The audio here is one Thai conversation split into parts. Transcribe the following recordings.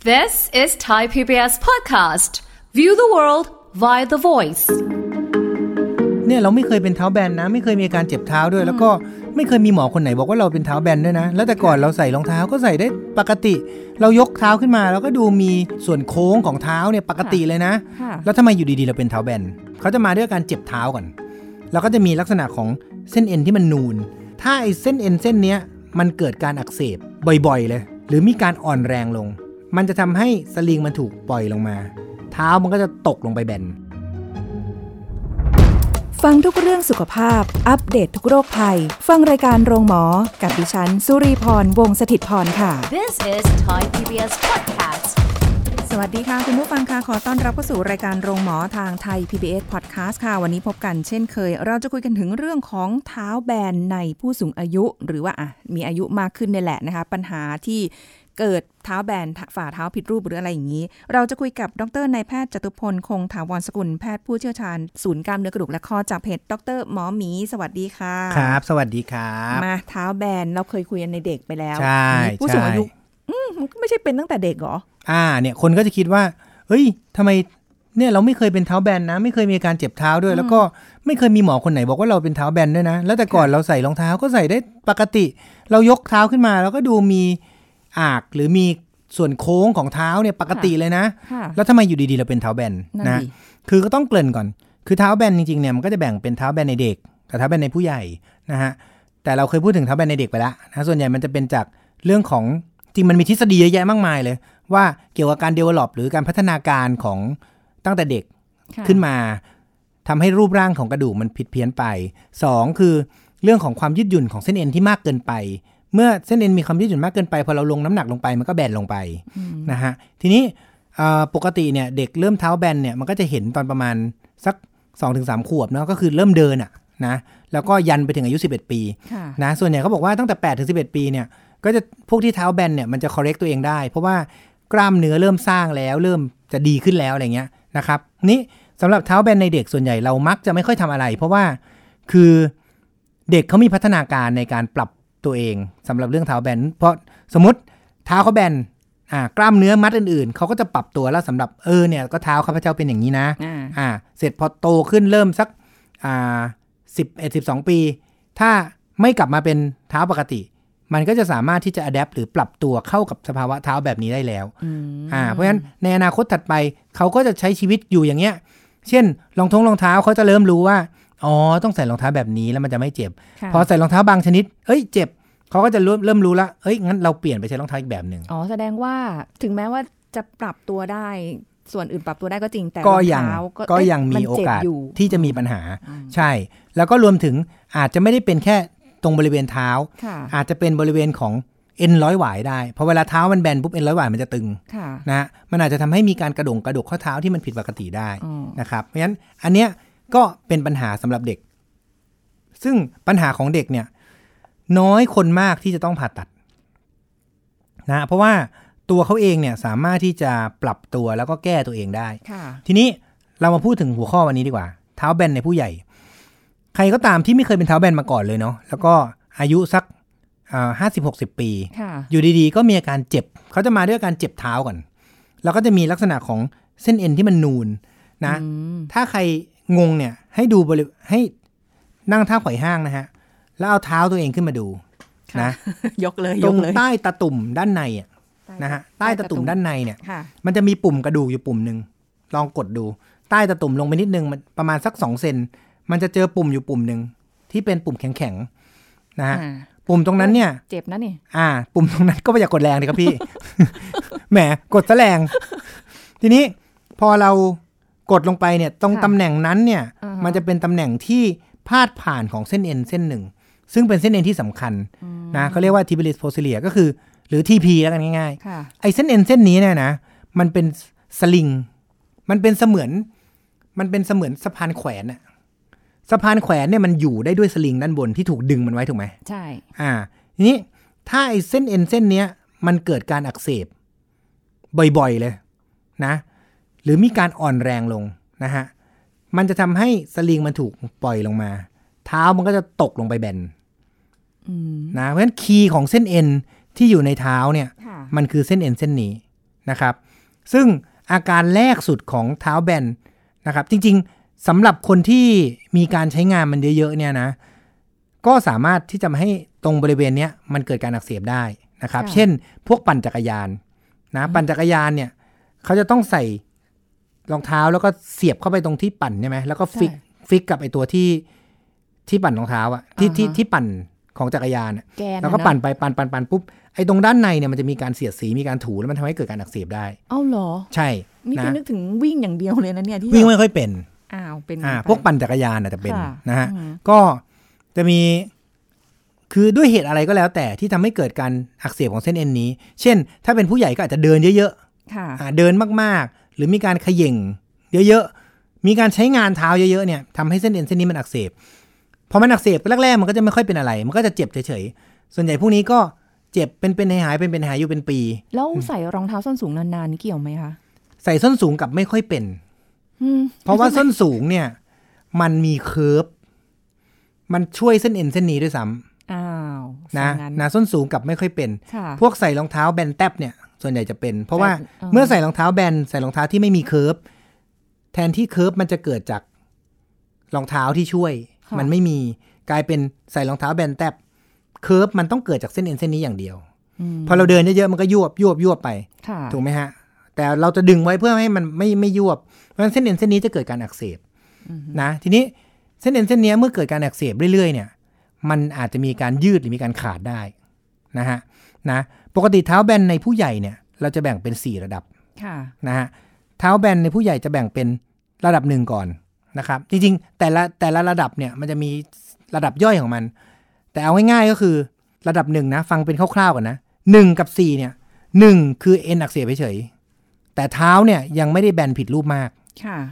This is Thai PBS podcast. View the world via the voice. เนี่ยเราไม่เคยเป็นเท้าแบนนะไม่เคยมีอาการเจ็บเท้าด้วยแล้วก็ไม่เคยมีหมอคนไหนบอกว่าเราเป็นเท้าแบนด้วยนะแล้วแต่ก่อนเราใส่รองเท้าก็ใส่ได้ปกติเรายกเท้าขึ้นมาแล้วก็ดูมีส่วนโค้งของเท้าเนี่ยปกติเลยนะแล้วทำไมอยู่ดีๆเราเป็นเท้าแบนเขาจะมาด้วยการเจ็บเท้าก่อนแล้วก็จะมีลักษณะของเส้นเอ็นที่มันนูนถ้าไอ้เส้นเอ็นเส้นเนี้ยมันเกิดการอักเสบบ่อยๆเลยหรือมีการอ่อนแรงลงมันจะทำให้สลิงมันถูกปล่อยลงมาเท้ามันก็จะตกลงไปแบนฟังทุกเรื่องสุขภาพอัปเดต ทุกโรคภัยฟังรายการโรงหมอกับดิฉันสุรีพรวงศ์สถิตพรค่ะ This is Thai PBS podcast. สวัสดีค่ะคุณผู้ฟังค่ะขอต้อนรับเข้าสู่รายการโรงหมอทางไทย PBS podcast ค่ะวันนี้พบกันเช่นเคยเราจะคุยกันถึงเรื่องของเท้าแบนในผู้สูงอายุหรือว่ามีอายุมากขึ้นนี่แหละนะคะปัญหาที่เกิดเท้าแบนฝ่าเท้าผิดรูปหรืออะไรอย่างนี้เราจะคุยกับดร.นายแพทย์จตุพลคงถาวรสกุลแพทย์ผู้เชี่ยวชาญศูนย์กล้ามเนื้อกระดูกและข้อจากเพจดร.หมอหมีสวัสดีค่ะครับสวัสดีครับมาเท้าแบนเราเคยคุยกันในเด็กไปแล้วใช่ผู้สูงอายุมันก็ไม่ใช่เป็นตั้งแต่เด็กหรอเนี่ยคนก็จะคิดว่าเฮ้ยทำไมเนี่ยเราไม่เคยเป็นเท้าแบนนะไม่เคยมีอาการเจ็บเท้าด้วยแล้วก็ไม่เคยมีหมอคนไหนบอกว่าเราเป็นเท้าแบนด้วยนะแล้วแต่ก่อนเราใส่รองเท้าก็ใส่ได้ปกติเรายกเท้าขึ้นมาแล้วก็ดูมีหรือมีส่วนโค้งของเท้าเนี่ยปกติเลยนะแล้วทำไมอยู่ดีๆเราเป็นเท้าแบนนะคือก็ต้องเกริ่นก่อนคือเท้าแบนจริงๆเนี่ยมันก็จะแบ่งเป็นเท้าแบนในเด็กกับเท้าแบนในผู้ใหญ่นะฮะแต่เราเคยพูดถึงเท้าแบนในเด็กไปแล้วนะส่วนใหญ่มันจะเป็นจากเรื่องของจริงมันมีทฤษฎีเยอะแยะมากมายเลยว่าเกี่ยวกับการ develop หรือการพัฒนาการของตั้งแต่เด็กขึ้นมาทำให้รูปร่างของกระดูกมันผิดเพี้ยนไป2คือเรื่องของความยืดหยุ่นของเส้นเอ็นที่มากเกินไปเมื่อเส้นเอ็นมีความยืดหยุ่นมากเกินไปพอเราลงน้ำหนักลงไปมันก็แบนลงไปนะฮะทีนี้ปกติเนี่ยเด็กเริ่มเท้าแบนเนี่ยมันก็จะเห็นตอนประมาณสัก 2-3 ขวบเนาะก็คือเริ่มเดินนะแล้วก็ยันไปถึงอายุ11ปีนะส่วนใหญ่เขาบอกว่าตั้งแต่8-11ปีเนี่ยก็จะพวกที่เท้าแบนเนี่ยมันจะ correct ตัวเองได้เพราะว่ากล้ามเนื้อเริ่มสร้างแล้วเริ่มจะดีขึ้นแล้วอะไรเงี้ยนะครับนี่สำหรับเท้าแบนในเด็กส่วนใหญ่เรามักจะไม่ค่อยทำอะไรเพราะว่าคือเด็กเขามีพัฒนาการในการปรับตัวเองสำหรับเรื่องเท้าแบนเพราะสมมติเท้าเขาแบนกล้ามเนื้อมัดอื่นๆเขาก็จะปรับตัวแล้วสำหรับเนี่ยก็เท้าข้าพเจ้าเป็นอย่างนี้นะเสร็จพอโตขึ้นเริ่มสัก11-12 ปีถ้าไม่กลับมาเป็นเท้าปกติมันก็จะสามารถที่จะ adapt หรือปรับตัวเข้ากับสภาวะเท้าแบบนี้ได้แล้วเพราะฉะนั้นในอนาคตถัดไปเขาก็จะใช้ชีวิตอยู่อย่างเงี้ยเช่นรองเท้าเขาจะเริ่มรู้ว่าต้องใส่รองเท้าแบบนี้แล้วมันจะไม่เจ็บพอใส่รองเท้าบางชนิดเจ็บเขาก็จะเริ่มรู้ละงั้นเราเปลี่ยนไปใช้รองเท้าอีกแบบนึงแสดงว่าถึงแม้ว่าจะปรับตัวได้ส่วนอื่นปรับตัวได้ก็จริงแต่รองเท้าก็ยังมีโอกาสที่จะมีปัญหาใช่แล้วก็รวมถึงอาจจะไม่ได้เป็นแค่ตรงบริเวณเท้าอาจจะเป็นบริเวณของเอ็นร้อยหวายได้เพราะเวลาเท้ามันแบนปุ๊บเอ็นร้อยหวายมันจะตึงนะมันอาจจะทำให้มีการกระดกข้อเท้าที่มันผิดปกติได้นะครับเพราะฉะนั้นอันเนี้ยก็เป็นปัญหาสำหรับเด็กซึ่งปัญหาของเด็กเนี่ยน้อยคนมากที่จะต้องผ่าตัดนะเพราะว่าตัวเขาเองเนี่ยสามารถที่จะปรับตัวแล้วก็แก้ตัวเองได้ทีนี้เรามาพูดถึงหัวข้อวันนี้ดีกว่าเท้าแบนในผู้ใหญ่ใครก็ตามที่ไม่เคยเป็นเท้าแบนมาก่อนเลยเนาะแล้วก็อายุสัก50-60 ปีอยู่ดีๆก็มีอาการเจ็บเขาจะมาด้วยการเจ็บเท้าก่อนแล้วก็จะมีลักษณะของเส้นเอ็นที่มันนูนนะถ้าใครงงเนี่ยให้ดูให้นั่งท่าไขว่ห้างนะฮะแล้วเอาเท้าตัวเองขึ้นมาดูนะยกเลยตรงใต้ตาตุ่มด้านในนะฮะใต้ตาตุ่มด้านในเนี่ยมันจะมีปุ่มกระดูกอยู่ปุ่มนึงลองกดดูใต้ตาตุ่มลงไปนิดนึงมันประมาณสัก2 เซนมันจะเจอปุ่มอยู่ปุ่มนึงที่เป็นปุ่มแข็งๆนะฮะปุ่มตรงนั้นเนี่ยเจ็บนะนี่ปุ่มตรงนั้นก็ไม่อยากกดแรงดิครับพี่ แหมกดซะแรงทีนี้พอเรากดลงไปเนี่ยตรงตำแหน่งนั้นเนี่ยมันจะเป็นตำแหน่งที่พาดผ่านของเส้นเอ็นเส้นหนึ่งซึ่งเป็นเส้นเอ็นที่สำคัญนะเขาเรียกว่า tibialis posterior ก็คือหรือ TP แล้วกันง่ายๆไอ้เส้นเอ็นเส้นนี้เนี่ยนะมันเป็นสลิงมันเป็นเสมือนสะพานแขวนน่ะสะพานแขวนเนี่ยมันอยู่ได้ด้วยสลิงด้านบนที่ถูกดึงมันไว้ถูกไหมใช่ทีนี้ถ้าไอ้เส้นเอ็นเส้นนี้มันเกิดการอักเสบบ่อยๆเลยนะหรือมีการอ่อนแรงลงนะฮะมันจะทำให้สลิงมันถูกปล่อยลงมาเท้ามันก็จะตกลงไปแบนนะเพราะฉะนั้นคีย์ของเส้นเอ็นที่อยู่ในเท้าเนี่ยมันคือเส้นเอ็นเส้นนี้นะครับซึ่งอาการแรกสุดของเท้าแบนนะครับจริงๆสำหรับคนที่มีการใช้งานมันเยอะๆเนี่ยนะก็สามารถที่จะให้ตรงบริเวณนี้มันเกิดการอักเสบได้นะครับเช่นพวกปั่นจักรยานนะปั่นจักรยานเนี่ยเขาจะต้องใส่รองเท้าแล้วก็เสียบเข้าไปตรงที่ปั่นใช่ไหมแล้วก็ฟิกกับไอตัวที่ปั่นรองเท้าอ่ะที่ปั่นของจักรยานแล้วก็ปั่นไปปั่นปุ๊บไอ้ตรงด้านในเนี่ยมันจะมีการเสียดสีมีการถูแล้วมันทำให้เกิดการอักเสบได้เอ้าเหรอใช่นี่คือนึกถึงวิ่งอย่างเดียวเลยนะเนี่ยที่วิ่งไม่ค่อยเป็นเป็นพวกปั่นจักรยานอาจจะเป็นนะฮะก็จะมีคือด้วยเหตุอะไรก็แล้วแต่ที่ทำให้เกิดการอักเสบของเส้นเอ็นนี้เช่นถ้าเป็นผู้ใหญ่ก็อาจจะเดินเยอะๆเดินมากๆหรือมีการเขย่งเยอะๆมีการใช้งานเท้าเยอะๆเนี่ยทำให้เส้นเอ็นเส้นนี้มันอักเสบพอมันอักเสบแรกๆมันก็จะไม่ค่อยเป็นอะไรมันก็จะเจ็บเฉยๆส่วนใหญ่พวกนี้ก็เจ็บเป็นหายเป็นหายอยู่เป็นปีแล้วใส่รองเท้าส้นสูงนานๆนี่เกี่ยวไหมคะใส่ส้นสูงกับไม่ค่อยเป็นเพราะว่าส้นสูงเนี่ยมันมีเคิร์ฟมันช่วยเส้นเอ็นเส้นนี้ด้วยซ้ำนะส้นสูงกับไม่ค่อยเป็นพวกใส่รองเท้าแบนแทบเนี่ยส่วนใหญ่จะเป็นเพราะว่าเมื่อใส่รองเท้าแบนใส่รองเท้าที่ไม่มีเคิร์ฟแทนที่เคิร์ฟมันจะเกิดจากรองเท้าที่ช่วยมันไม่มีกลายเป็นใส่รองเท้าแบนแทบเคิร์ฟมันต้องเกิดจากเส้นเอ็นเส้นนี้อย่างเดียวพอเราเดินเยอะๆมันก็ยวบไปถูกไหมฮะแต่เราจะดึงไว้เพื่อให้มันไม่ยวบเพราะฉะนั้นเส้นเอ็นเส้นนี้จะเกิดการอักเสบนะทีนี้เส้นเอ็นเส้นนี้เมื่อเกิดการอักเสบเรื่อยๆเนี่ยมันอาจจะมีการยืดหรือมีการขาดได้นะฮะนะปกติเท้าแบนในผู้ใหญ่เนี่ยเราจะแบ่งเป็น4ระดับนะฮะเท้าแบนในผู้ใหญ่จะแบ่งเป็นระดับ1ก่อนนะครับจริงๆแต่ละระดับเนี่ยมันจะมีระดับย่อยของมันแต่เอาง่ายๆก็คือระดับ1นะฟังเป็นคร่าวๆก่อนนะ1กับ4เนี่ย1คือเอ็นอักเสบเฉยๆแต่เท้าเนี่ยยังไม่ได้แบนผิดรูปมาก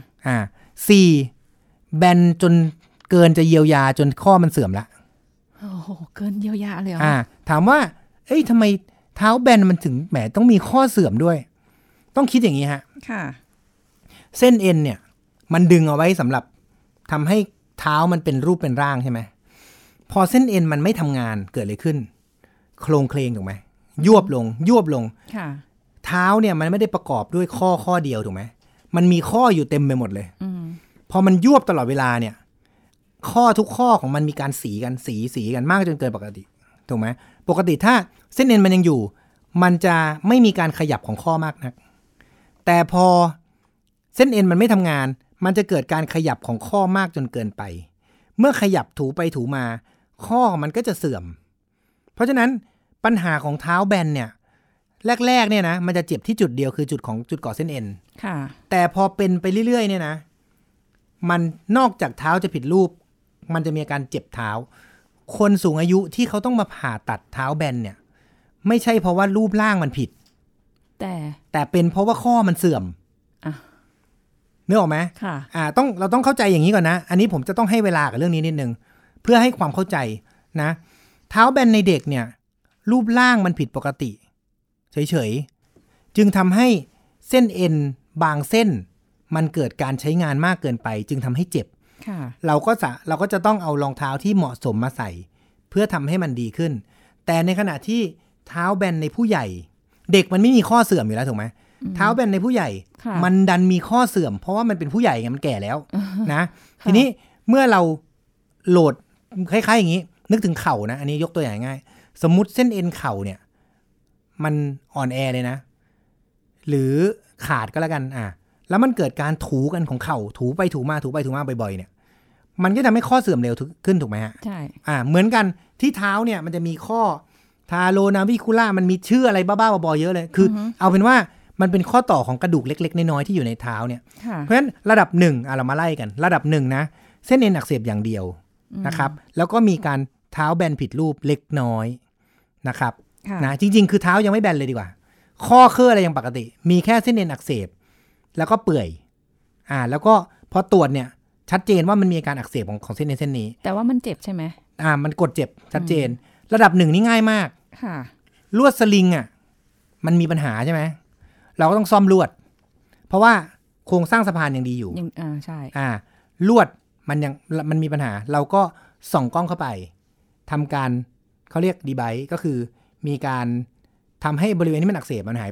4แบนจนเกินจะเยียวยาจนข้อมันเสื่อมละโอ้โหเกินเยียวยาเลยเหรอถามว่าเอ้ยทำไมเท้าแบนมันถึงแหมต้องมีข้อเสื่อมด้วยต้องคิดอย่างนี้ฮะเส้นเอ็นเนี่ยมันดึงเอาไว้สำหรับทำให้เท้ามันเป็นรูปเป็นร่างใช่ไหมพอเส้นเอ็นมันไม่ทำงานเกิดอะไรขึ้นโครงเคลงถูกไหมยวบลงเท้าเนี่ยมันไม่ได้ประกอบด้วยข้อเดียวถูกไหมมันมีข้ออยู่เต็มไปหมดเลยพอมันยวบตลอดเวลาเนี่ยข้อทุกข้อของมันมีการสีกันมากจนเกินปกติถูกไหมปกติถ้าเส้นเอ็นมันยังอยู่มันจะไม่มีการขยับของข้อมากนักแต่พอเส้นเอ็นมันไม่ทำงานมันจะเกิดการขยับของข้อมากจนเกินไปเมื่อขยับถูไปถูมาข้อมันก็จะเสื่อมเพราะฉะนั้นปัญหาของเท้าแบนเนี่ยแรกๆเนี่ยนะมันจะเจ็บที่จุดเดียวคือจุดก่อเส้นเอ็นแต่พอเป็นไปเรื่อยๆเนี่ยนะมันนอกจากเท้าจะผิดรูปมันจะมีอาการเจ็บเท้าคนสูงอายุที่เขาต้องมาผ่าตัดเท้าแบนเนี่ยไม่ใช่เพราะว่ารูปร่างมันผิดแต่เป็นเพราะว่าข้อมันเสื่อมนึกออกไหมเราต้องเข้าใจอย่างนี้ก่อนนะอันนี้ผมจะต้องให้เวลากับเรื่องนี้นิดนึงเพื่อให้ความเข้าใจนะเท้าแบนในเด็กเนี่ยรูปร่างมันผิดปกติเฉยๆจึงทำให้เส้นเอ็นบางเส้นมันเกิดการใช้งานมากเกินไปจึงทำให้เจ็บเราก็จะต้องเอารองเท้าที่เหมาะสมมาใส่เพื่อทำให้มันดีขึ้นแต่ในขณะที่เท้าแบนในผู้ใหญ่เด็กมันไม่มีข้อเสื่อมอยู่แล้วถูกไหมเท้าแบนในผู้ใหญ่มันดันมีข้อเสื่อมเพราะว่ามันเป็นผู้ใหญ่ไงมันแก่แล้วนะทีนี้เมื่อเราโหลดคล้ายๆอย่างนี้นึกถึงเข่านะอันนี้ยกตัวอย่างง่ายสมมุติเส้นเอ็นเข่าเนี่ยมันอ่อนแอเลยนะหรือขาดก็แล้วกันแล้วมันเกิดการถูกันของเข่าถูไปถูมาบ่อยๆเนี่ยมันก็ทำให้ข้อเสื่อมเร็วขึ้นถูกไหมฮะใช่เหมือนกันที่เท้าเนี่ยมันจะมีข้อทาโลนาวิคูล่ามันมีชื่ออะไรบ้าๆบอๆเยอะเลยคือเอาเป็นว่ามันเป็นข้อต่อของกระดูกเล็กๆน้อยๆที่อยู่ในเท้าเนี่ยเพราะฉะนั้นระดับ1เรามาไล่กันระดับ1นะเส้นเอ็นอักเสบอย่างเดียวนะครับแล้วก็มีการเท้าแบนผิดรูปเล็กน้อยนะครับนะจริงๆคือเท้ายังไม่แบนเลยดีกว่าข้อเคลื่อนอะไรยังปกติมีแค่เส้นเอ็นอักเสบแล้วก็เปื่อยแล้วก็พอตรวจเนี่ยชัดเจนว่ามันมีอาการอักเสบของเส้นเอ็นเส้นนี้แต่ว่ามันเจ็บใช่ไหมมันกดเจ็บชัดเจนระดับ1นี่ง่ายมากลวดสลิงมันมีปัญหาใช่ไหมเราก็ต้องซ่อมลวดเพราะว่าโครงสร้างสะพานยังดีอยู่ใช่ลวดมันมีปัญหาเราก็ส่องกล้องเข้าไปทำการเขาเรียกดีไบต์ก็คือมีการทำให้บริเวณที่มันอักเสบมันหายไป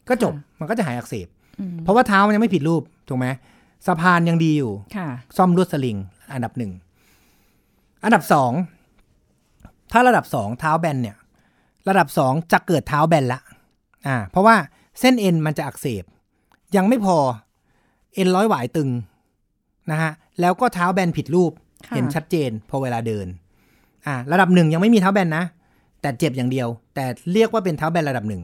ก็จบมันก็จะหายอักเสบเพราะว่าเท้ามันยังไม่ผิดรูปถูกไหมสะพานยังดีอยู่ซ่อมลวดสลิงอันดับ1อันดับ2ถ้าระดับ2เท้าแบนเนี่ยระดับ2จะเกิดเท้าแบนละเพราะว่าเส้นเอ็นมันจะอักเสบยังไม่พอเอ็นร้อยหวายตึงนะฮะแล้วก็เท้าแบนผิดรูปเห็นชัดเจนพอเวลาเดินระดับ1ยังไม่มีเท้าแบนนะแต่เจ็บอย่างเดียวแต่เรียกว่าเป็นเท้าแบนระดับ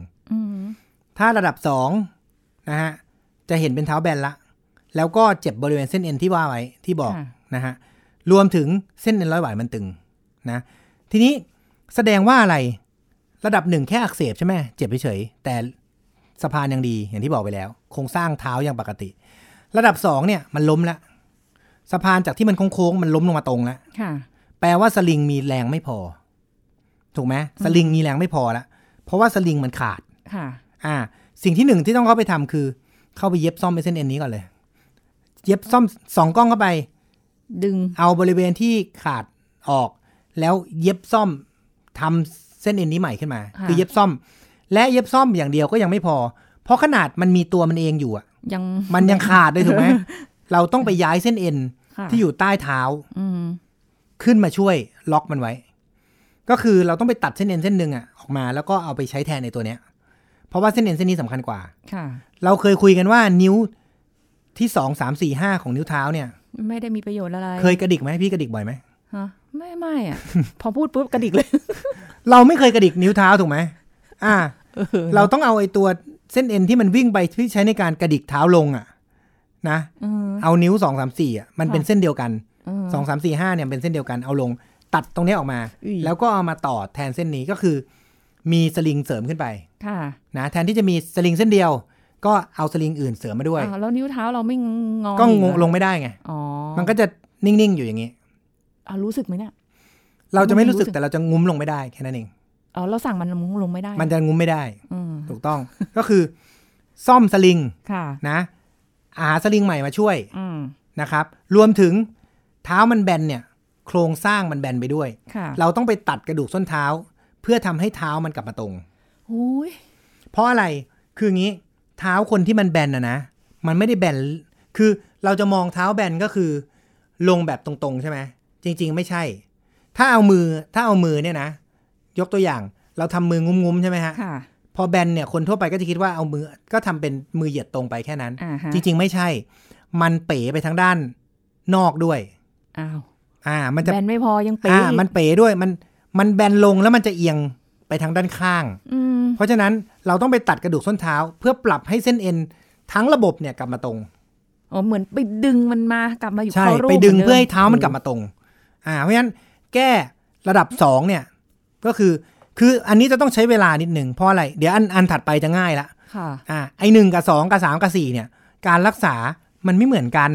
1ถ้าระดับ2นะฮะจะเห็นเป็นเท้าแบนละแล้วก็เจ็บบริเวณเส้นเอ็นที่ว่าไว้ที่บอกนะฮะรวมถึงเส้นเอ็นร้อยหวายมันตึงนะทีนี้แสดงว่าอะไรระดับ1แค่อักเสบใช่ไหมเจ็บเฉยๆแต่สะพานยังดีอย่างที่บอกไปแล้วโครงสร้างเท้ายังปกติระดับ2เนี่ยมันล้มละสะพานจากที่มันโค้งๆมันล้มลงมาตรงแล้วแปลว่าสลิงมีแรงไม่พอถูกไหมสลิงมีแรงไม่พอละเพราะว่าสลิงมันขาดสิ่งที่1ที่ต้องเข้าไปทำคือเข้าไปเย็บซ่อมเส้นเอ็นนี้ก่อนเลยเย็บซ่อม2ก้องเข้าไปดึงเอาบริเวณที่ขาดออกแล้วเย็บซ่อมทำเส้นเอ็นนี้ใหม่ขึ้นมาคือเย็บซ่อมและเย็บซ่อมอย่างเดียวก็ยังไม่พอเพราะขนาดมันมีตัวมันเองอยู่มันยังขาดเลยถูกไหม เราต้องไปย้ายเส้นเอ็นที่อยู่ใต้เท้าขึ้นมาช่วยล็อกมันไว้ก็คือเราต้องไปตัดเส้นเอ็นเส้นหนึ่งออกมาแล้วก็เอาไปใช้แทนในตัวเนี้ยเพราะว่าเส้นเอ็นเส้นนี้สำคัญกว่าเราเคยคุยกันว่านิ้วที่2 3 4 5ของนิ้วเท้าเนี่ยไม่ได้มีประโยชน์อะไรเคยกระดิกไหมพี่กระดิกบ่อยไหมไม่พอพูดปุ๊บกระดิกเลยเราไม่เคยกระดิกนิ้วเท้าถูกไหมเราต้องเอาไอ้ตัวเส้นเอ็นที่มันวิ่งไปที่ใช้ในการกระดิกเท้าลงนะเอานิ้ว2 3 4มันเป็นเส้นเดียวกัน2 3 4 5เนี่ยเป็นเส้นเดียวกันเอาลงตัดตรงนี้ออกมาแล้วก็เอามาต่อแทนเส้นนี้ก็คือมีสลิงเสริมขึ้นไปนะแทนที่จะมีสลิงเส้นเดียวก็เอาสลิงอื่นเสริมมาด้วยแล้วนิ้วเท้าเราไม่งอก็ลงไม่ได้ไงมันก็จะนิ่งๆอยู่อย่างนี้รู้สึกไหมเนี่ยเราจะไม่รู้สึกแต่เราจะงุ้มลงไม่ได้แค่นั้นเองเราสั่งมันงุ้มลงไม่ได้มันจะงุ้มไม่ได้ถูกต้องก็คือซ่อมสลิงนะหาสลิงใหม่มาช่วยนะครับรวมถึงเท้ามันแบนเนี่ยโครงสร้างมันแบนไปด้วยเราต้องไปตัดกระดูกส้นเท้าเพื่อทำให้เท้ามันกลับมาตรงเพราะอะไรคืองี้เท้าคนที่มันแบนนะมันไม่ได้แบนคือเราจะมองเท้าแบนก็คือลงแบบตรงๆใช่ไหมจริงๆไม่ใช่ถ้าเอามือเนี่ยนะยกตัวอย่างเราทำมืองุ้มๆใช่ไหมฮะพอแบนเนี่ยคนทั่วไปก็จะคิดว่าเอามือก็ทำเป็นมือเหยียดตรงไปแค่นั้นจริงๆไม่ใช่มันเป๋ไปทั้งด้านนอกด้วยมันจะแบนไม่พอยังเป๋มันเป๋ด้วยมันแบนลงแล้วมันจะเอียงไปทางด้านข้างเพราะฉะนั้นเราต้องไปตัดกระดูกส้นเท้าเพื่อปรับให้เส้นเอ็นทั้งระบบเนี่ยกลับมาตรงเหมือนไปดึงมันมากลับมาอยู่เข้ารูปไปดึงเพื่อให้เท้ามันกลับมาตรงเพราะฉะนั้นแก้ระดับ2เนี่ยก็คืออันนี้จะต้องใช้เวลานิดนึงเพราะอะไรเดี๋ยวอันถัดไปจะง่ายละไอ้1กับ2กับ3กับ4เนี่ยการรักษามันไม่เหมือนกัน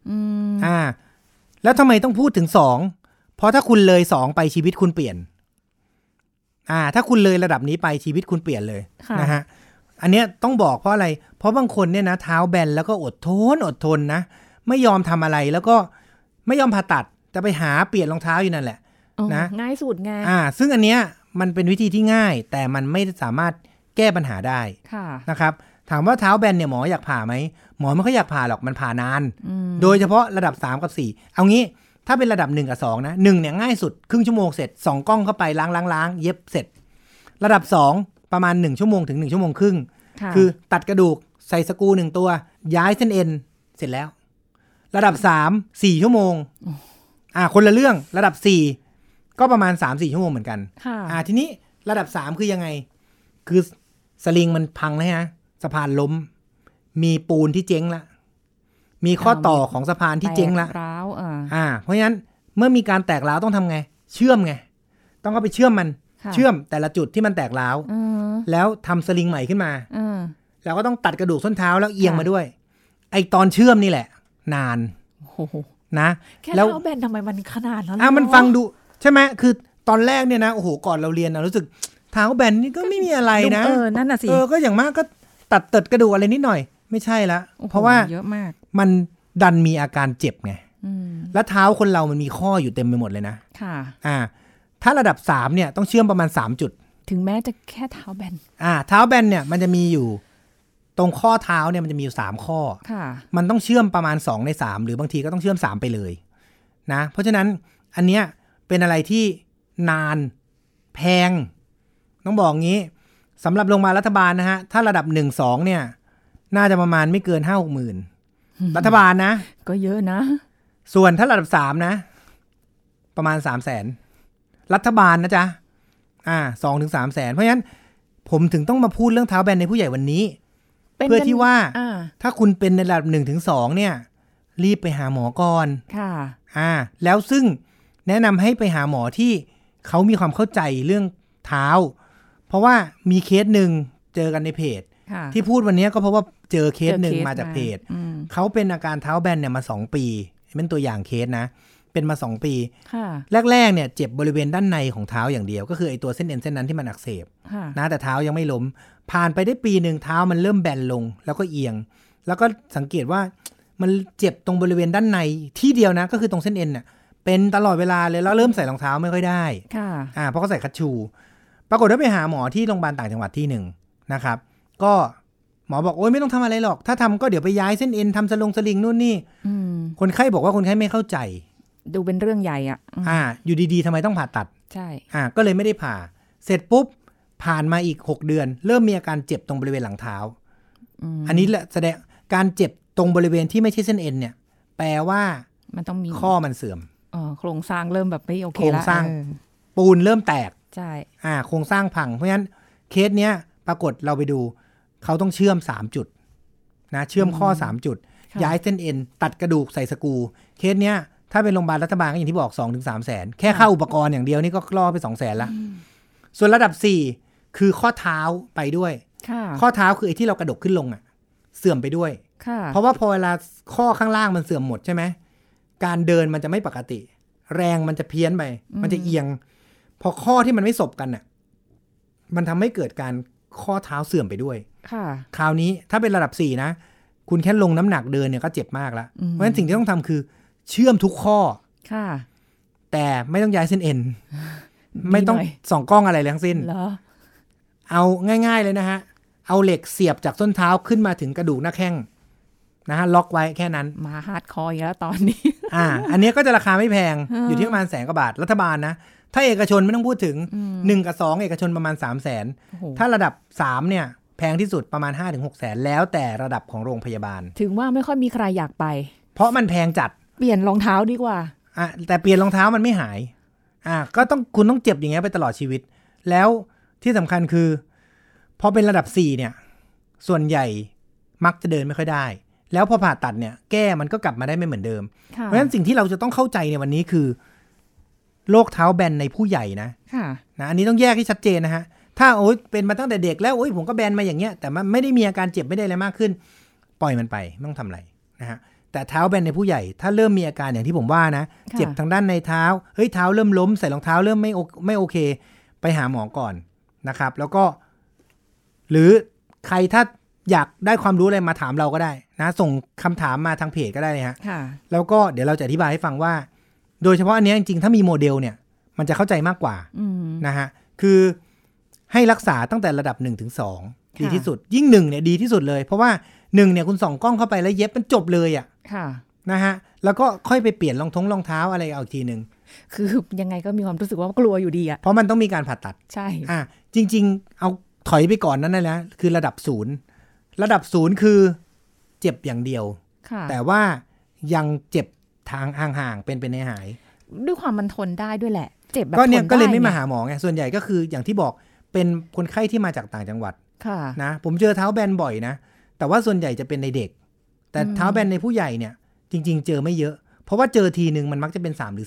แล้วทำไมต้องพูดถึง2เพราะถ้าคุณเลย2ไปชีวิตคุณเปลี่ยนถ้าคุณเลยระดับนี้ไปชีวิตคุณเปลี่ยนเลยนะฮะอันเนี้ยต้องบอกเพราะอะไรเพราะบางคนเนี่ยนะเท้าแบนแล้วก็อดทนนะไม่ยอมทำอะไรแล้วก็ไม่ยอมผ่าตัดแต่ไปหาเปลี่ยนรองเท้าอยู่นั่นแหละนะง่ายสุดไงซึ่งอันเนี้ยมันเป็นวิธีที่ง่ายแต่มันไม่สามารถแก้ปัญหาได้นะครับถามว่าเท้าแบนเนี่ยหมออยากผ่าไหมหมอไม่ค่อยอยากผ่าหรอกมันผ่านานโดยเฉพาะระดับ3กับ4เอางี้ถ้าเป็นระดับ1กับ2นะ1เนี่ยง่ายสุดครึ่งชั่วโมงเสร็จ2ก้องเข้าไปล้างเย็บเสร็จระดับ2ประมาณ1ชั่วโมงถึง1ชั่วโมงครึ่งคือตัดกระดูกใส่สกรู1ตัวย้ายเส้นเอ็นเสร็จแล้วระดับ3 4ชั่วโมงคนละเรื่องระดับ4ก็ประมาณ 3-4 ชั่วโมงเหมือนกันทีนี้ระดับ3คือยังไงคือสลิงมันพังแล้วฮะสะพานล้มมีปูนที่เจ๊งละมีข้อต่อของสะพานที่เจ๊งละเพราะฉะนั้นเมื่อมีการแตกร้าวต้องทำไงเชื่อมไงต้องเข้าไปเชื่อมมันเชื่อมแต่ละจุดที่มันแตกร้าวแล้วทำสลิงใหม่ขึ้นมาแล้วก็ต้องตัดกระดูกส้นเท้าแล้วเอียงมาด้วยไอตอนเชื่อมนี่แหละนานนะแค่เท้าแบนทำไมมันขนาดนั้นมันฟังดูใช่ไหมคือตอนแรกเนี่ยนะโอ้โหก่อนเราเรียนนะรู้สึกเท้าแบนนี่ก็ไม่มีอะไรนะนั่นน่ะสิก็อย่างมากก็ตัดกระดูกอะไรนิดหน่อยไม่ใช่ละเพราะว่าเยอะมากมันดันมีอาการเจ็บไงแล้วเท้าคนเรามันมีข้ออยู่เต็มไปหมดเลยนะถ้าระดับ3เนี่ยต้องเชื่อมประมาณ3จุดถึงแม้จะแค่เท้าแบนเท้าแบนเนี่ยมันจะมีอยู่ตรงข้อเท้าเนี่ยมันจะมีอยู่3ข้อมันต้องเชื่อมประมาณ2ใน3หรือบางทีก็ต้องเชื่อม3ไปเลยนะเพราะฉะนั้นอันเนี้ยเป็นอะไรที่นานแพงต้องบอกงี้สำหรับโรงพยาบาลรัฐบาลนะฮะถ้าระดับ 1-2 เนี่ยน่าจะประมาณไม่เกิน 5-6 หมื่นรัฐบาลนะก็เยอะนะส่วนถ้าระดับ3นะประมาณ 300,000 รัฐบาลนะจ๊ะ2-3 แสนเพราะฉะนั้นผมถึงต้องมาพูดเรื่องเท้าแบนในผู้ใหญ่วันนี้เพื่อที่ว่าถ้าคุณเป็นในระดับ 1-2 เนี่ยรีบไปหาหมอก่อนค่ะแล้วซึ่งแนะนำให้ไปหาหมอที่เขามีความเข้าใจเรื่องเท้าเพราะว่ามีเคสหนึ่งเจอกันในเพจที่พูดวันนี้ก็เพราะว่าเจอเคสหนึ่งมาจากเพจเขาเป็นอาการเท้าแบนเนี่ยมา2 ปีเป็นตัวอย่างเคสนะเป็นมา2 ปีแรกๆเนี่ยเจ็บบริเวณด้านในของเท้าอย่างเดียวก็คือไอ้ตัวเส้นเอ็นเส้นนั้นที่มันอักเสบนะแต่เท้ายังไม่ล้มผ่านไปได้ปีนึงเท้ามันเริ่มแบนลงแล้วก็เอียงแล้วก็สังเกตว่ามันเจ็บตรงบริเวณด้านในที่เดียวนะก็คือตรงเส้นเอ็นน่ะเป็นตลอดเวลาเลยแล้วเริ่มใส่รองเท้าไม่ค่อยได้เพราะเขาใส่คัชชูปรากฏว่าไปหาหมอที่โรงพยาบาลต่างจังหวัดที่1นะครับก็หมอบอกโอ๊ยไม่ต้องทำอะไรหรอกถ้าทำก็เดี๋ยวไปย้ายเส้นเอ็นทำสลิงนู่นนี่คนไข้บอกว่าคนไข้ไม่เข้าใจดูเป็นเรื่องใหญ่อยู่ดีๆทำไมต้องผ่าตัดใช่ก็เลยไม่ได้ผ่าเสร็จปุ๊บผ่านมาอีก6 เดือนเริ่มมีอาการเจ็บตรงบริเวณหลังเท้าอันนี้แหละแสดงการเจ็บตรงบริเวณที่ไม่ใช่เส้นเอ็นเนี่ยแปลว่ามันต้องมีข้อมันเสื่อมโครงสร้างเริ่มแบบไม่โอเคแล้วโครงสร้างปูนเริ่มแตกใช่โครงสร้างพังเพราะฉะนั้นเคสเนี้ยปรากฏเราไปดูเขาต้องเชื่อม3 จุดนะเชื่อมข้อ3 จุดย้ายเส้นเอ็นตัดกระดูกใส่สกรูเคสเนี้ยถ้าเป็นโรงพยาบาลรัฐบาลก็อย่างที่บอก 2-3 แสนแค่ค่าอุปกรณ์อย่างเดียวนี่ก็ล่อไป 200,000 ละส่วนระดับ4คือข้อเท้าไปด้วยข้อเท้าคือไอ้ที่เรากระดกขึ้นลงเสื่อมไปด้วยเพราะว่าพอเวลาข้อข้างล่างมันเสื่อมหมดใช่ไหมการเดินมันจะไม่ปกติแรงมันจะเพี้ยนไปมันจะเอียงพอข้อที่มันไม่สบกันมันทำให้เกิดการข้อเท้าเสื่อมไปด้วยคราวนี้ถ้าเป็นระดับ4นะคุณแค่ลงน้ำหนักเดินเนี่ยก็เจ็บมากแล้วเพราะฉะนั้นสิ่งที่ต้องทำคือเชื่อมทุกข้อแต่ไม่ต้องย้ายเส้นเอ็นไม่ต้องส่องกล้องอะไรทั้งสิ้นเอาง่ายๆเลยนะฮะเอาเหล็กเสียบจากส้นเท้าขึ้นมาถึงกระดูกหน้าแข้งนะฮะล็อกไว้แค่นั้นมาฮาร์ดคอร์แล้วตอนนี้อันนี้ก็จะราคาไม่แพง อยู่ที่ประมาณ100,000 กว่าบาทรัฐบาลนะถ้าเอกชนไม่ต้องพูดถึง1 กับ 2เอกชนประมาณ 300,000 ถ้าระดับ3เนี่ยแพงที่สุดประมาณ 5-6 แสนแล้วแต่ระดับของโรงพยาบาลถึงว่าไม่ค่อยมีใครอยากไปเพราะมันแพงจัดเปลี่ยนรองเท้าดีกว่าแต่เปลี่ยนรองเท้ามันไม่หายก็ต้องคุณต้องเจ็บอย่างเงี้ยไปตลอดชีวิตแล้วที่สำคัญคือพอเป็นระดับ4เนี่ยส่วนใหญ่มักจะเดินไม่ค่อยได้แล้วพอผ่าตัดเนี่ยแก้มันก็กลับมาได้ไม่เหมือนเดิมเพราะฉะนั้นสิ่งที่เราจะต้องเข้าใจในวันนี้คือโรคเท้าแบนในผู้ใหญ่นะอันนี้ต้องแยกให้ชัดเจนนะฮะถ้าโอ๊ยเป็นมาตั้งแต่เด็กแล้วโอ๊ยผมก็แบนมาอย่างเงี้ยแต่มันไม่ได้มีอาการเจ็บไม่ได้อะไรมากขึ้นปล่อยมันไปไม่ต้องทำอะไรนะฮะแต่เท้าแบนในผู้ใหญ่ถ้าเริ่มมีอาการอย่างที่ผมว่านะเจ็บทางด้านในเท้าเฮ้ยเท้าเริ่มล้มใส่รองเท้าเริ่มไม่โอเคไปหาหมอก่อนนะครับแล้วก็หรือใครถ้าอยากได้ความรู้อะไรมาถามเราก็ได้นะส่งคำถามมาทางเพจก็ได้เลยฮะแล้วก็เดี๋ยวเราจะอธิบายให้ฟังว่าโดยเฉพาะอันนี้จริงๆถ้ามีโมเดลเนี่ยมันจะเข้าใจมากกว่านะฮะคือให้รักษาตั้งแต่ระดับ 1-2 ดีที่สุดยิ่ง1เนี่ยดีที่สุดเลยเพราะว่า1เนี่ยคุณส่องกล้องเข้าไปแล้วเย็บมันจบเลยนะฮะแล้วก็ค่อยไปเปลี่ยนรองเท้าอะไรเอาอีกทีนึงคือยังไงก็มีความรู้สึกว่ากลัวอยู่ดีเพราะมันต้องมีการผ่าตัดใช่จริงๆเอาถอยไปก่อนนั้นนะคือระดับ0ระดับ0คือเจ็บอย่างเดียวแต่ว่ายังเจ็บทางห่างๆเป็นในหายด้วยความมันทนได้ด้วยแหละเจ็บแบบก็เนี่ยก็เลยไม่มาหาหมอไงส่วนใหญ่ก็คืออย่างที่บอกเป็นคนไข้ที่มาจากต่างจังหวัดนะผมเจอเท้าแบนบ่อยนะแต่ว่าส่วนใหญ่จะเป็นในเด็กแต่เท้าแบนในผู้ใหญ่เนี่ยจริงๆเจอไม่เยอะเพราะว่าเจอทีนึงมันมักจะเป็น3 หรือ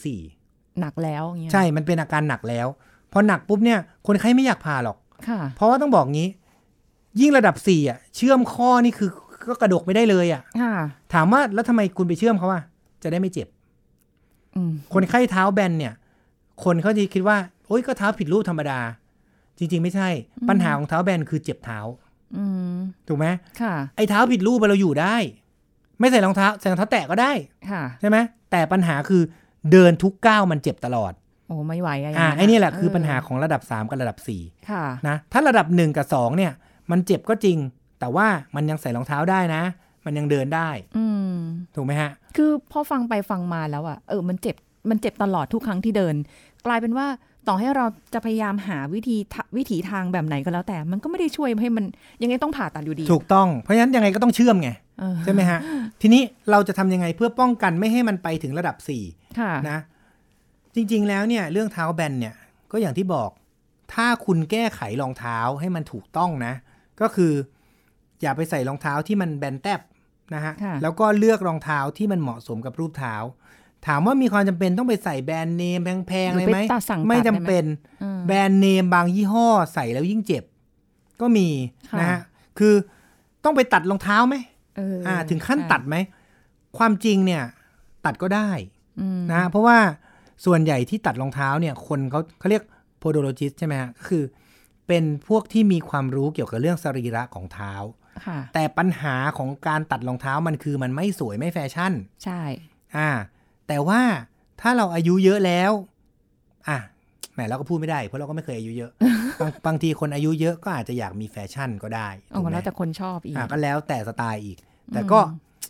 4 หนักแล้วเงี้ยใช่มันเป็นอาการหนักแล้วพอหนักปุ๊บเนี่ยคนไข้ไม่อยากผ่าหรอกเพราะว่าต้องบอกงี้ยิ่งระดับ4เชื่อมข้อนี่คือก็กระดกไม่ได้เลยถามว่าแล้วทำไมคุณไปเชื่อมเขาจะได้ไม่เจ็บคนไข้เท้าแบนเนี่ยคนเขาจะคิดว่าโอ๊ยก็เท้าผิดรูปธรรมดาจริงๆไม่ใช่ปัญหาของเท้าแบนคือเจ็บเท้าถูกไหมไอ้เท้าผิดรูปเราอยู่ได้ไม่ใส่รองเท้าแตะก็ได้ใช่ไหมแต่ปัญหาคือเดินทุกก้าวมันเจ็บตลอดโอ้ไม่ไหวไอ้นี่แหละคือปัญหาของระดับ3กับระดับ4นะถ้าระดับ1กับ2เนี่ยมันเจ็บก็จริงแต่ว่ามันยังใส่รองเท้าได้นะมันยังเดินได้ถูกไหมฮะคือพอฟังไปฟังมาแล้วอะมันเจ็บตลอดทุกครั้งที่เดินกลายเป็นว่าต่อให้เราจะพยายามหาวิถีทางแบบไหนก็แล้วแต่มันก็ไม่ได้ช่วยให้มันยังไงต้องผ่าตัดอยู่ดีถูกต้องเพราะฉะนั้นยังไงก็ต้องเชื่อมไงใช่ไหมฮะทีนี้เราจะทำยังไงเพื่อป้องกันไม่ให้มันไปถึงระดับ4นะจริงๆแล้วเนี่ยเรื่องเท้าแบนเนี่ยก็อย่างที่บอกถ้าคุณแก้ไขรองเท้าให้มันถูกต้องนะก็คืออย่าไปใส่รองเท้าที่มันแบนแทบนะฮะแล้วก็เลือกรองเท้าที่มันเหมาะสมกับรูปเท้าถามว่ามีความจำเป็นต้องไปใส่แบรนด์เนมแพงๆเลยไหมไม่จำเป็นแบรนด์เนมบางยี่ห้อใส่แล้วยิ่งเจ็บก็มีนะฮะคือต้องไปตัดรองเท้าไหมถึงขั้นตัดไหมความจริงเนี่ยตัดก็ได้นะเพราะว่าส่วนใหญ่ที่ตัดรองเท้าเนี่ยคนเขาเรียกโพโดโลจิสใช่ไหมฮะก็คือเป็นพวกที่มีความรู้เกี่ยวกับเรื่องสรีระของเท้าแต่ปัญหาของการตัดรองเท้ามันคือมันไม่สวยไม่แฟชั่นใช่แต่ว่าถ้าเราอายุเยอะแล้วแหมเราก็พูดไม่ได้เพราะเราก็ไม่เคยอายุเยอะ บางทีคนอายุเยอะก็อาจจะอยากมีแฟชั่นก็ได้แล้วแต่คนชอบอีกก็แล้วแต่สไตล์อีกแต่ก็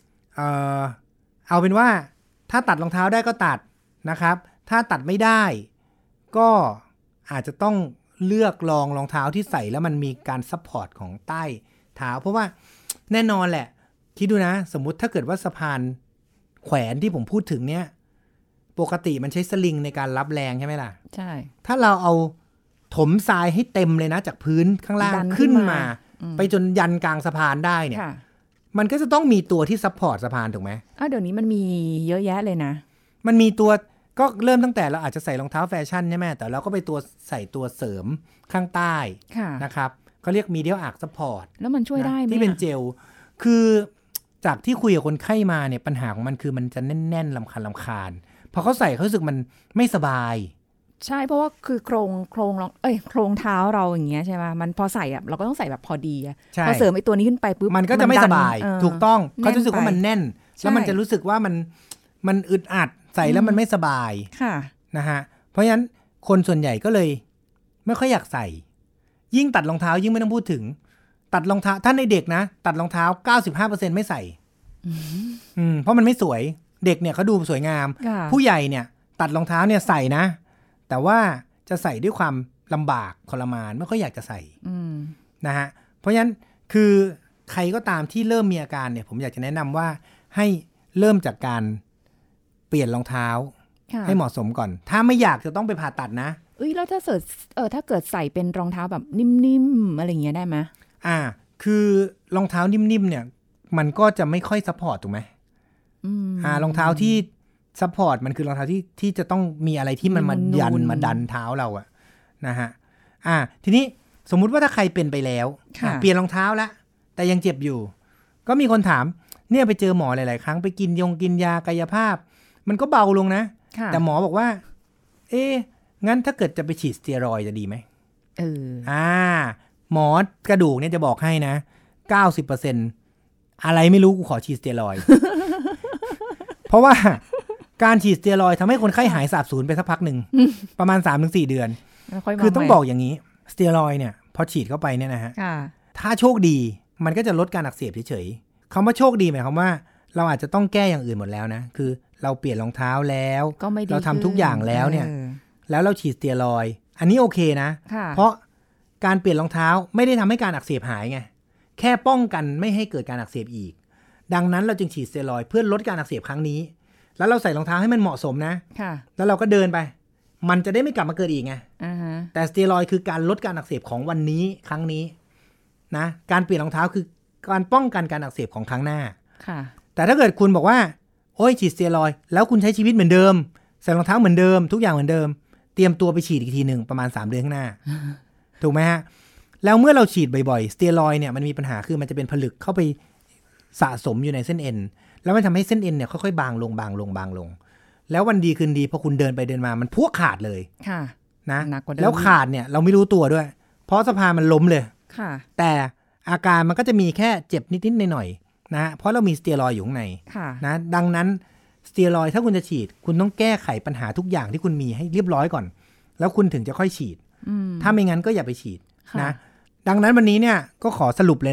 เอาเป็นว่าถ้าตัดรองเท้าได้ก็ตัดนะครับถ้าตัดไม่ได้ก็อาจจะต้องเลือกลองรองเท้าที่ใส่แล้วมันมีการซัพพอร์ตของใต้เท้าเพราะว่าแน่นอนแหละคิดดูนะสมมุติถ้าเกิดว่าสะพานแขวนที่ผมพูดถึงเนี่ยปกติมันใช้สลิงในการรับแรงใช่ไหมล่ะใช่ถ้าเราเอาถมทรายให้เต็มเลยนะจากพื้นข้างล่างขึ้นมาไปจนยันกลางสะพานได้เนี่ยมันก็จะต้องมีตัวที่ซัพพอร์ตสะพานถูกไหมเดี๋ยวนี้มันมีเยอะแยะเลยนะมันมีตัวก็เริ่มตั้งแต่เราอาจจะใส่รองเท้าแฟชั่นใช่ไหมแต่เราก็ไปใส่ตัวเสริมข้างใต้นะครับเขาเรียกมีเดียลอาร์คซัพพอร์ตแล้วมันช่วยได้ไหมที่เป็นเจลคือจากที่คุยกับคนไข้มาเนี่ยปัญหาของมันคือมันจะแน่นๆรำคาญพอเขาใส่เขารู้สึกมันไม่สบายใช่เพราะว่าคือโครงเท้าเราอย่างเงี้ยใช่ไหมมันพอใส่เราก็ต้องใส่แบบพอดีพอเสริมไอ้ตัวนี้ขึ้นไปปุ๊บมันก็จะไม่สบายถูกต้องเขาจะรู้สึกว่ามันแน่นแล้วมันจะรู้สึกว่ามันอึดอัดใส่แล้วมันไม่สบายนะฮะเพราะฉะนั้นคนส่วนใหญ่ก็เลยไม่ค่อยอยากใส่ยิ่งตัดรองเท้ายิ่งไม่ต้องพูดถึงตัดรองเท้าถ้าในเด็กนะตัดรองเท้า 95% ไม่ใส่เพราะมันไม่สวยเด็กเนี่ยเขาดูสวยงามผู้ใหญ่เนี่ยตัดรองเท้าเนี่ยใส่นะแต่ว่าจะใส่ด้วยความลำบากทรมานไม่ค่อยอยากจะใส่นะฮะเพราะฉะนั้นคือใครก็ตามที่เริ่มมีอาการเนี่ยผมอยากจะแนะนำว่าให้เริ่มจากการเปลี่ยนรองเท้าให้เหมาะสมก่อนถ้าไม่อยากจะต้องไปผ่าตัดนะแล้วถ้าเกิดใส่เป็นรองเท้าแบบนิ่มๆอะไรอย่างเงี้ยได้ไหมคือรองเท้านิ่มๆเนี่ยมันก็จะไม่ค่อยซัพพอร์ตถูกไหมรองเท้าที่ซัพพอร์ตมันคือรองเท้าที่จะต้องมีอะไรที่มันมายันมาดันเท้าเราอะนะฮะทีนี้สมมุติว่าถ้าใครเป็นไปแล้วเปลี่ยนรองเท้าแล้วแต่ยังเจ็บอยู่ก็มีคนถามเนี่ยไปเจอหมอหลายๆครั้งไปกินยากายภาพมันก็เบาลงนะแต่หมอบอกว่างั้นถ้าเกิดจะไปฉีดสเตียรอยด์จะดีไหมหมอกระดูกเนี่ยจะบอกให้นะ 90% อะไรไม่รู้กูขอฉีดสเตียรอยด์ เพราะว่าการฉีดสเตียรอยด์ทำให้คนไข้หายสาบสูญไปสักพักหนึ่งประมาณ 3-4 เดือนคือต้องบอกอย่างนี้สเตียรอยด์เนี่ยพอฉีดเข้าไปเนี่ยนะฮะถ้าโชคดีมันก็จะลดการอักเสบเฉยๆคำว่าโชคดีหมายความว่าเราอาจจะต้องแก้อย่างอื่นหมดแล้วนะคือเราเปลี่ยนรองเท้าแล้วเราทำทุกอย่างแล้วเนี่ยแล้วเราฉีดสเตียรอยด์อันนี้โอเคนะเพราะการเปลี่ยนรองเท้าไม่ได้ทำให้การอักเสบหายไงแค่ป้องกันไม่ให้เกิดการอักเสบอีกดังนั้นเราจึงฉีดสเตียรอยด์เพื่อลดการอักเสบครั้งนี้แล้วเราใส่รองเท้าให้มันเหมาะสมนะแล้วเราก็เดินไปมันจะได้ไม่กลับมาเกิดอีกไงแต่สเตียรอยด์คือการลดการอักเสบของวันนี้ครั้งนี้นะการเปลี่ยนรองเท้าคือการป้องกันการอักเสบของครั้งหน้าแต่ถ้าเกิดคุณบอกว่าโอ้ยฉีดสเตียรอยด์แล้วคุณใช้ชีวิตเหมือนเดิมใส่รองเท้าเหมือนเดิมทุกอย่างเหมือนเดิมเตรียมตัวไปฉีดอีกทีนึงประมาณ3 เดือนข้างหน้า ถูกไหมฮะแล้วเมื่อเราฉีดบ่อยๆสเตียรอยด์เนี่ยมันมีปัญหาคือมันจะเป็นผลึกเข้าไปสะสมอยู่ในเส้นเอ็นแล้วมันทำให้เส้นเอ็นเนี่ยค่อยๆบางลงแล้ววันดีคืนดีพอคุณเดินไปเดินมามันพวกขาดเลยนะแล้วขาดเนี่ยเราไม่รู้ตัวด้วยเพราะสะพานมันล้มเลยแต่อาการมันก็จะมีแค่เจ็บนิดๆหน่อยๆนะเพราะเรามีสเตียรอยด์อยู่ข้างในนะดังนั้นสเตียรอยด์ถ้าคุณจะฉีดคุณต้องแก้ไขปัญหาทุกอย่างที่คุณมีให้เรียบร้อยก่อนแล้วคุณถึงจะค่อยฉีดถ้าไม่งั้นก็อย่าไปฉีดนะดังนั้นวันนี้เนี่ยก็ขอสรุปเลยเนาะ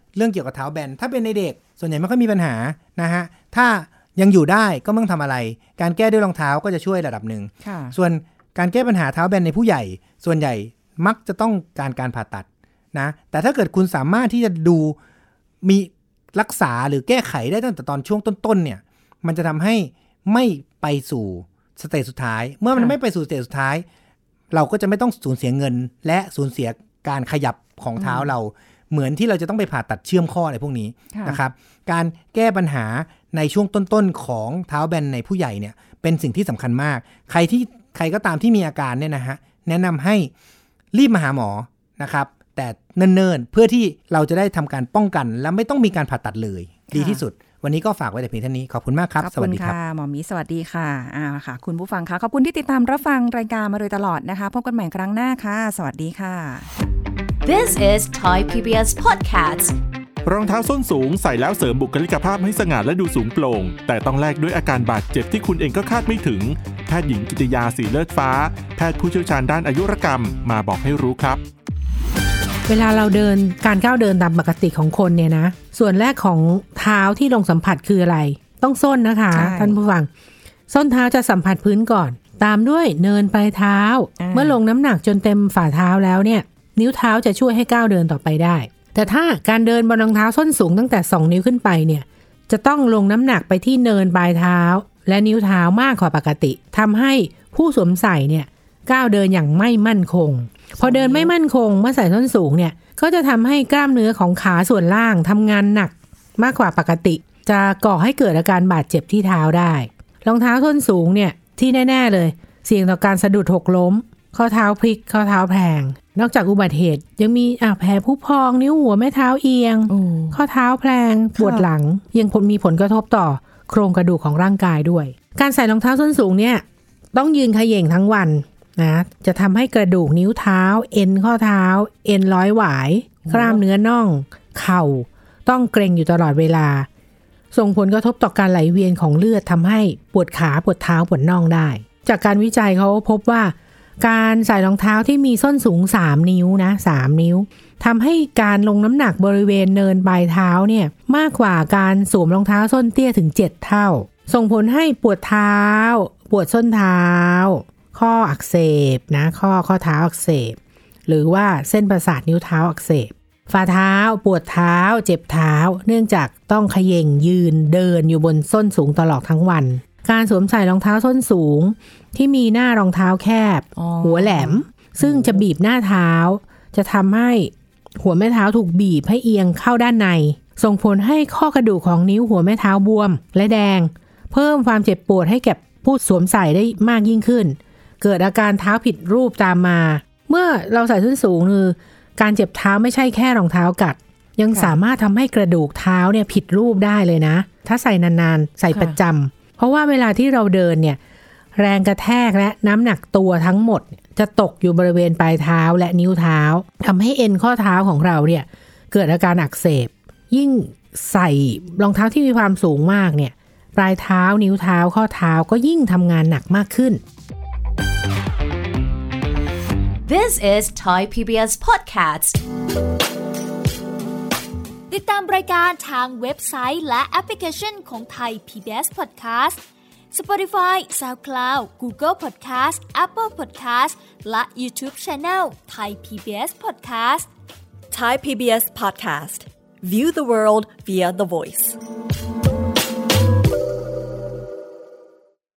เรื่องเกี่ยวกับเท้าแบนถ้าเป็นในเด็กส่วนใหญ่ไม่ค่อยมีปัญหานะฮะถ้ายังอยู่ได้ก็ไม่ต้องทำอะไรการแก้ด้วยรองเท้าก็จะช่วยระดับหนึ่งส่วนการแก้ปัญหาเท้าแบนในผู้ใหญ่ส่วนใหญ่มักจะต้องการผ่าตัดนะแต่ถ้าเกิดคุณสามารถที่จะดูมีรักษาหรือแก้ไขได้ตั้งแต่ตอนช่วงต้นๆเนี่ยมันจะทำให้ไม่ไปสู่สเตจสุดท้ายเมื่อมันไม่ไปสู่สเตจสุดท้ายเราก็จะไม่ต้องสูญเสียเงินและสูญเสียการขยับของเท้าเราเหมือนที่เราจะต้องไปผ่าตัดเชื่อมข้ออะไรพวกนี้นะครับการแก้ปัญหาในช่วงต้นๆของเท้าแบนในผู้ใหญ่เนี่ยเป็นสิ่งที่สำคัญมากใครก็ตามที่มีอาการเนี่ยนะฮะแนะนำให้รีบมาหาหมอนะครับแต่เนิ่นๆเพื่อที่เราจะได้ทำการป้องกันและไม่ต้องมีการผ่าตัดเลยดีที่สุดวันนี้ก็ฝากไว้แต่เพียงเท่านี้ขอบคุณมากครับสวัสดีครับหมอมีสวัสดีค่ะค่ะคุณผู้ฟังคะขอบคุณที่ติดตามรับฟังรายการมาโดยตลอดนะคะพบกันใหม่ครั้งหน้าค่ะสวัสดีค่ะ This is Thai PBS Podcast รองเท้าส้นสูงใส่แล้วเสริมบุคลิกภาพให้สง่าและดูสูงโปร่งแต่ต้องแลกด้วยอาการบาดเจ็บที่คุณเองก็คาดไม่ถึงแพทย์หญิงกิติยาสีเลิศฟ้าแพทย์ผู้เชี่ยวชาญด้านอายุรกรรมมาบอกให้รู้ครับเวลาเราเดินการก้าวเดินตามปกติของคนเนี่ยนะส่วนแรกของเท้าที่ลงสัมผัสคืออะไรต้องส้นนะคะท่านผู้ฟังส้นเท้าจะสัมผัสพื้นก่อนตามด้วยเนินปลายเท้าเมื่อลงน้ำหนักจนเต็มฝ่าเท้าแล้วเนี่ยนิ้วเท้าจะช่วยให้ก้าวเดินต่อไปได้แต่ถ้าการเดินบนรองเท้าส้นสูงตั้งแต่2นิ้วขึ้นไปเนี่ยจะต้องลงน้ำหนักไปที่เนินปลายเท้าและนิ้วเท้ามากกว่าปกติทำให้ผู้สวมใส่เนี่ยก้าวเดินอย่างไม่มั่นคงพอเดินไม่มั่นคงเมื่อใส่ส้นสูงเนี่ยก็จะทำให้กล้ามเนื้อของขาส่วนล่างทำงานหนักมากกว่าปกติจะก่อให้เกิดอาการบาดเจ็บที่เท้าได้รองเท้าส้นสูงเนี่ยที่แน่ๆเลยเสี่ยงต่อการสะดุดหกล้มข้อเท้าพลิกข้อเท้าแพลงนอกจากอุบัติเหตุยังมีแผลผู้พองนิ้วหัวแม่เท้าเอียงข้อเท้าแพลงปวดหลังยังมีผลกระทบต่อโครงกระดูกของร่างกายด้วยการใส่รองเท้าส้นสูงเนี่ยต้องยืนเขย่งทั้งวันนะจะทำให้กระดูกนิ้วเท้าเอ็นข้อเท้าเอ็นร้อยหวายกล้ามเนื้อน่องเข่าต้องเกร็งอยู่ตลอดเวลาส่งผลกระทบต่อการไหลเวียนของเลือดทำให้ปวดขาปวดเท้าปวดน่องได้จากการวิจัยเขาพบว่าการใส่รองเท้าที่มีส้นสูง3นิ้วนะ3นิ้วทำให้การลงน้ำหนักบริเวณเนินปลายเท้าเนี่ยมากกว่าการสวมรองเท้าส้นเตี้ยถึง7เท่าส่งผลให้ปวดเท้าปวดส้นเท้าข้ออักเสบนะข้อเท้าอักเสบหรือว่าเส้นประสาทนิ้วเท้าอักเสบฝ่าเท้าปวดเท้าเจ็บเท้าเนื่องจากต้องเขย่งยืนเดินอยู่บนส้นสูงตลอดทั้งวันการสวมใส่รองเท้าส้นสูงที่มีหน้ารองเท้าแคบหัวแหลมซึ่งจะบีบหน้าเท้าจะทำให้หัวแม่เท้าถูกบีบให้เอียงเข้าด้านในส่งผลให้ข้อกระดูกของนิ้วหัวแม่เท้าบวมและแดงเพิ่มความเจ็บปวดให้แก่ผู้สวมใส่ได้มากยิ่งขึ้นเกิดอาการเท้าผิดรูปตามมาเมื่อเราใส่ส้นสูงคือการเจ็บเท้าไม่ใช่แค่รองเท้ากัดยังสามารถทำให้กระดูกเท้าเนี่ยผิดรูปได้เลยนะถ้าใส่นานๆใส่ประจำเพราะว่าเวลาที่เราเดินเนี่ยแรงกระแทกและน้ำหนักตัวทั้งหมดจะตกอยู่บริเวณปลายเท้าและนิ้วเท้าทำให้เอ็นข้อเท้าของเราเนี่ยเกิดอาการอักเสบยิ่งใส่รองเท้าที่มีความสูงมากเนี่ยปลายเท้านิ้วเท้าข้อเท้าก็ยิ่งทำงานหนักมากขึ้น This is Thai PBS Podcast ติดตามรายการทางเว็บไซต์และแอปพลิเคชันของ Thai PBS Podcast Spotify, SoundCloud, Google Podcast, Apple Podcast และ YouTube Channel Thai PBS Podcast Thai PBS Podcast View the world via the voice